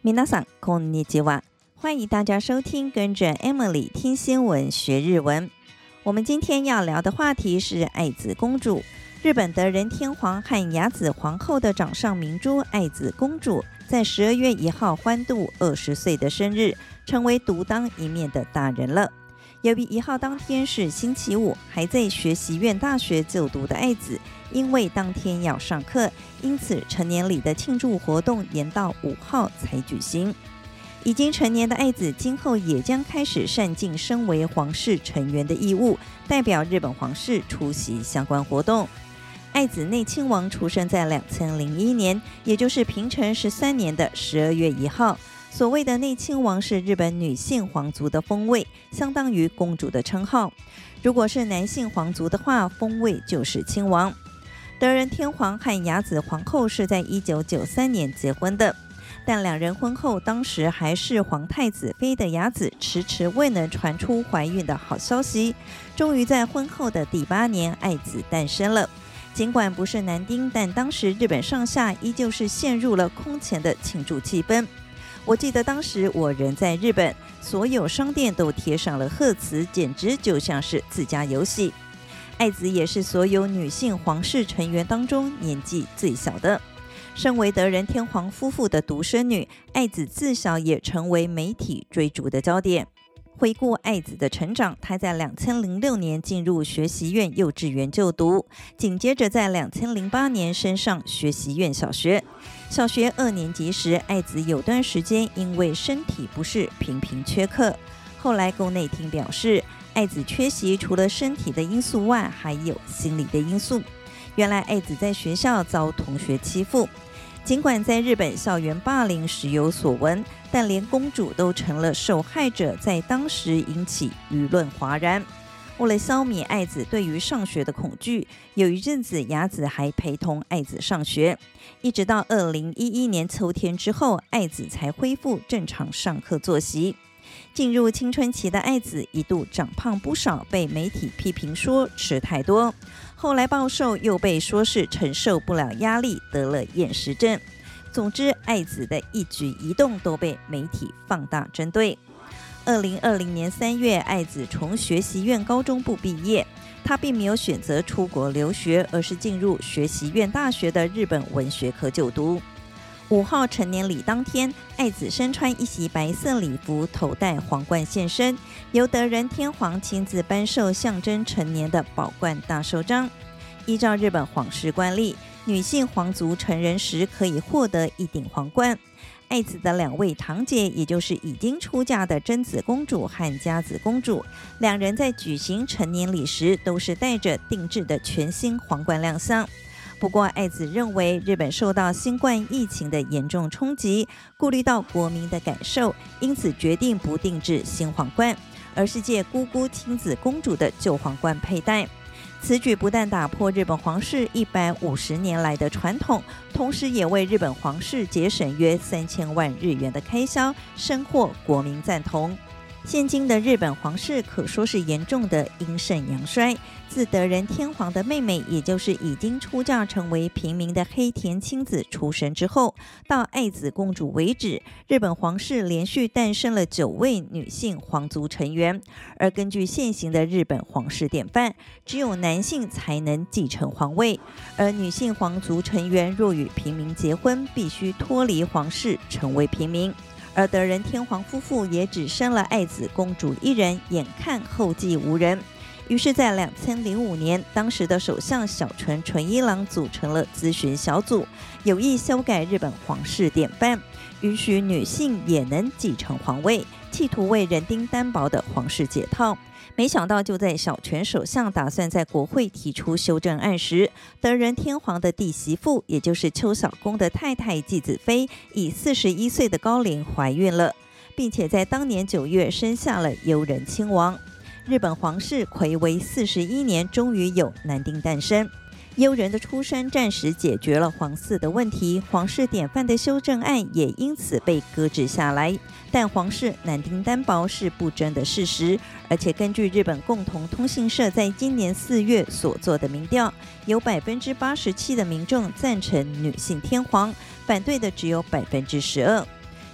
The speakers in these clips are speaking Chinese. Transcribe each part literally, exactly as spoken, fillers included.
皆さんこんにちは，欢迎大家收听，跟着 Emily 听新闻学日文。我们今天要聊的话题是爱子公主。日本德仁天皇和雅子皇后的掌上明珠爱子公主，在十二月一号欢度二十岁的生日，成为独当一面的大人了。由于一号当天是星期五，还在学习院大学就读的爱子，因为当天要上课，因此成年礼的庆祝活动延到五号才举行。已经成年的爱子今后也将开始善尽身为皇室成员的义务，代表日本皇室出席相关活动。爱子内亲王出生在两千零一年，也就是平成十三年的十二月一号。所谓的内亲王是日本女性皇族的封位，相当于公主的称号。如果是男性皇族的话，封位就是亲王。德仁天皇和雅子皇后是在一九九三年结婚的，但两人婚后当时还是皇太子妃的雅子迟迟未能传出怀孕的好消息，终于在婚后的第八年，爱子诞生了。尽管不是男丁，但当时日本上下依旧是陷入了空前的庆祝气氛。我记得当时我人在日本，所有商店都贴上了贺词，简直就像是自家游戏。爱子也是所有女性皇室成员当中年纪最小的。身为德仁天皇夫妇的独生女，爱子自小也成为媒体追逐的焦点。回顾爱子的成长，她在两千零六年进入学习院幼稚园就读，紧接着在两千零八年升上学习院小学。小学二年级时，爱子有段时间因为身体不适频频缺课。后来宫内厅表示，爱子缺席除了身体的因素外，还有心理的因素。原来爱子在学校遭同学欺负。尽管在日本校园霸凌时有所闻，但连公主都成了受害者，在当时引起舆论哗然。为了消弭爱子对于上学的恐惧，有一阵子雅子还陪同爱子上学，一直到二零一一年秋天之后，爱子才恢复正常上课作息。进入青春期的爱子一度长胖不少，被媒体批评说吃太多。后来暴瘦，又被说是承受不了压力，得了厌食症。总之，爱子的一举一动都被媒体放大针对。二零二零年三月，爱子从学习院高中部毕业，她并没有选择出国留学，而是进入学习院大学的日本文学科就读。五号成年礼当天，爱子身穿一袭白色礼服，头戴皇冠现身，由德仁天皇亲自颁授象征成年的宝冠大寿章。依照日本皇室惯例，女性皇族成人时可以获得一顶皇冠。爱子的两位堂姐，也就是已经出嫁的贞子公主和佳子公主，两人在举行成年礼时都是带着定制的全新皇冠亮相。不过，爱子认为日本受到新冠疫情的严重冲击，顾虑到国民的感受，因此决定不定制新皇冠，而是借姑姑亲子公主的旧皇冠佩戴。此举不但打破日本皇室一百五十年来的传统，同时也为日本皇室节省约三千万日元的开销，深获国民赞同。现今的日本皇室可说是严重的阴盛阳衰。自德仁天皇的妹妹，也就是已经出嫁成为平民的黑田亲子出生之后，到爱子公主为止，日本皇室连续诞生了九位女性皇族成员。而根据现行的日本皇室典范，只有男性才能继承皇位，而女性皇族成员若与平民结婚，必须脱离皇室，成为平民。而德仁天皇夫妇也只生了爱子公主一人，眼看后继无人。于是，在两千零五年，当时的首相小泉纯一郎组成了咨询小组，有意修改日本皇室典范，允许女性也能继承皇位，企图为人丁单薄的皇室解套。没想到，就在小泉首相打算在国会提出修正案时，德仁天皇的弟媳妇，也就是邱小公的太太纪子妃，以四十一岁的高龄怀孕了，并且在当年九月生下了悠仁亲王。日本皇室睽违四十一年，终于有男丁诞生。悠仁的出生暂时解决了皇嗣的问题，皇室典范的修正案也因此被搁置下来。但皇室男丁单薄是不争的事实，而且根据日本共同通信社在今年四月所做的民调，有百分之八十七的民众赞成女性天皇，反对的只有百分之十二。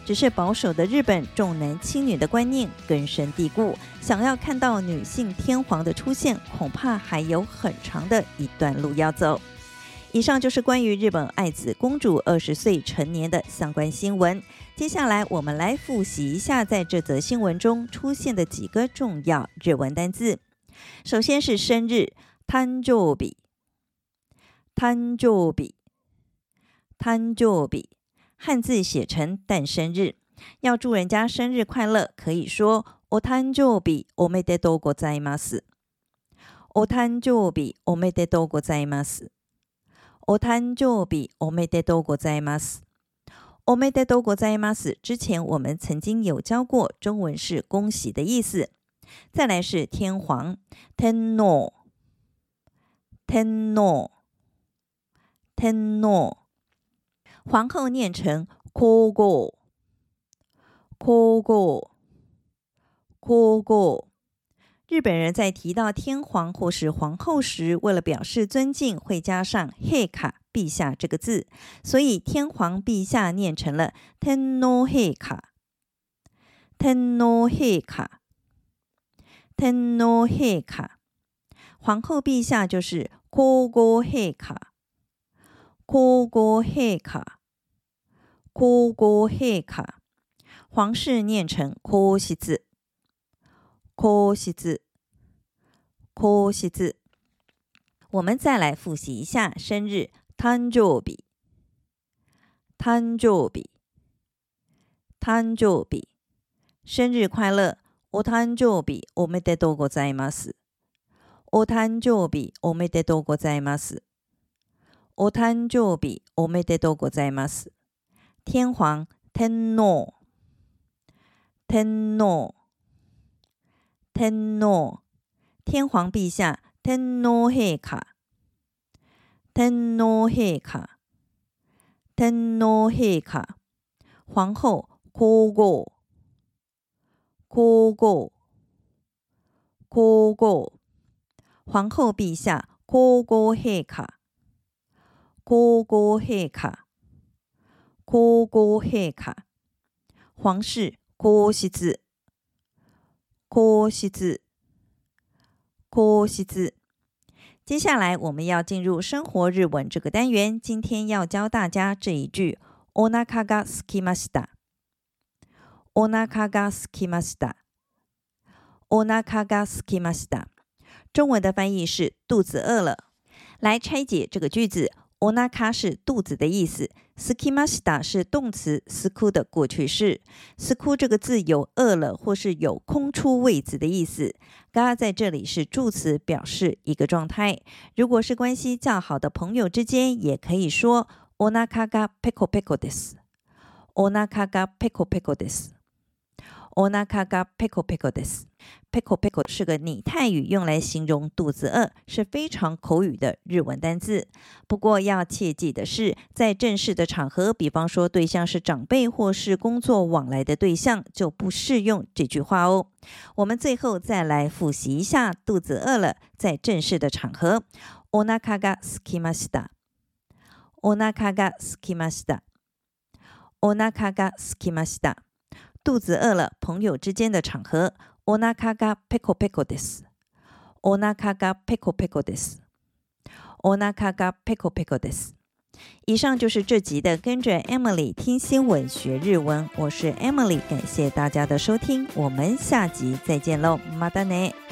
只是保守的日本重男轻女的观念根深蒂固，想要看到女性天皇的出现，恐怕还有很长的一段路要走。以上就是关于日本爱子公主二十岁成年的相关新闻。接下来我们来复习一下在这则新闻中出现的几个重要日文单字。首先是生日，誕生日，誕生日，誕生日，汉字写成诞生日。要祝人家生日快乐，可以说お誕生日おめでとうございます。お誕生日おめでとうございます。お誕生日おめでとうございます。おめでとうございます之前我们曾经有教过，中文是恭喜的意思。再来是天皇，天皇，天皇，天皇，皇后念成皇后，皇后，皇后。日本人在提到天皇或是皇后时，为了表示尊敬，会加上陛下陛下这个字，所以天皇陛下念成了天皇陛下，天皇陛下，天皇陛下。皇后陛下就是皇后陛下，皇后陛下，皇后陛下。皇室念成皇室，皇室，皇室。我们再来复习一下生日，誕生日，誕生日，誕生日，生日快乐。お誕生日おめでとうございます。お誕生日おめでとうございます。お誕生日おめでとうございます。天皇，天皇，天皇，天皇。天皇陛下，天皇陛下，天皇陛下，天皇陛下。皇后，皇后，皇后，皇后。皇后陛下，皇后陛下，皇后陛下，皇后陛下。皇室，皇室，皇室，皇室。接下来我们要进入生活日文这个单元，今天要教大家这一句お腹が空きました。お腹が空きました。お腹が空きました。中文的翻译是肚子饿了。来拆解这个句子，お腹是肚子的意思，空きました是动词すく的过去式。すく这个字有饿了或是有空出位子的意思。が在这里是助词，表示一个状态。如果是关系较好的朋友之間，也可以说お腹がペコペコです。お腹がペコペコです。お腹がペコペコです。ペコペコ是个拟态语，用来形容肚子饿，是非常口语的日文单字。不过要切记的是，在正式的场合，比方说对象是长辈或是工作往来的对象，就不适用这句话哦。我们最后再来复习一下肚子饿了在正式的场合。お腹が空きました。お腹が空きました。お腹が空きました。肚子饿了，朋友之间的场合。お腹がペコペコです。お腹がペコペコです。お腹がペコペコです。以上就是这集的跟着 Emily 听新闻学日文，我是 Emily， 感谢大家的收听，我们下集再见喽，またね。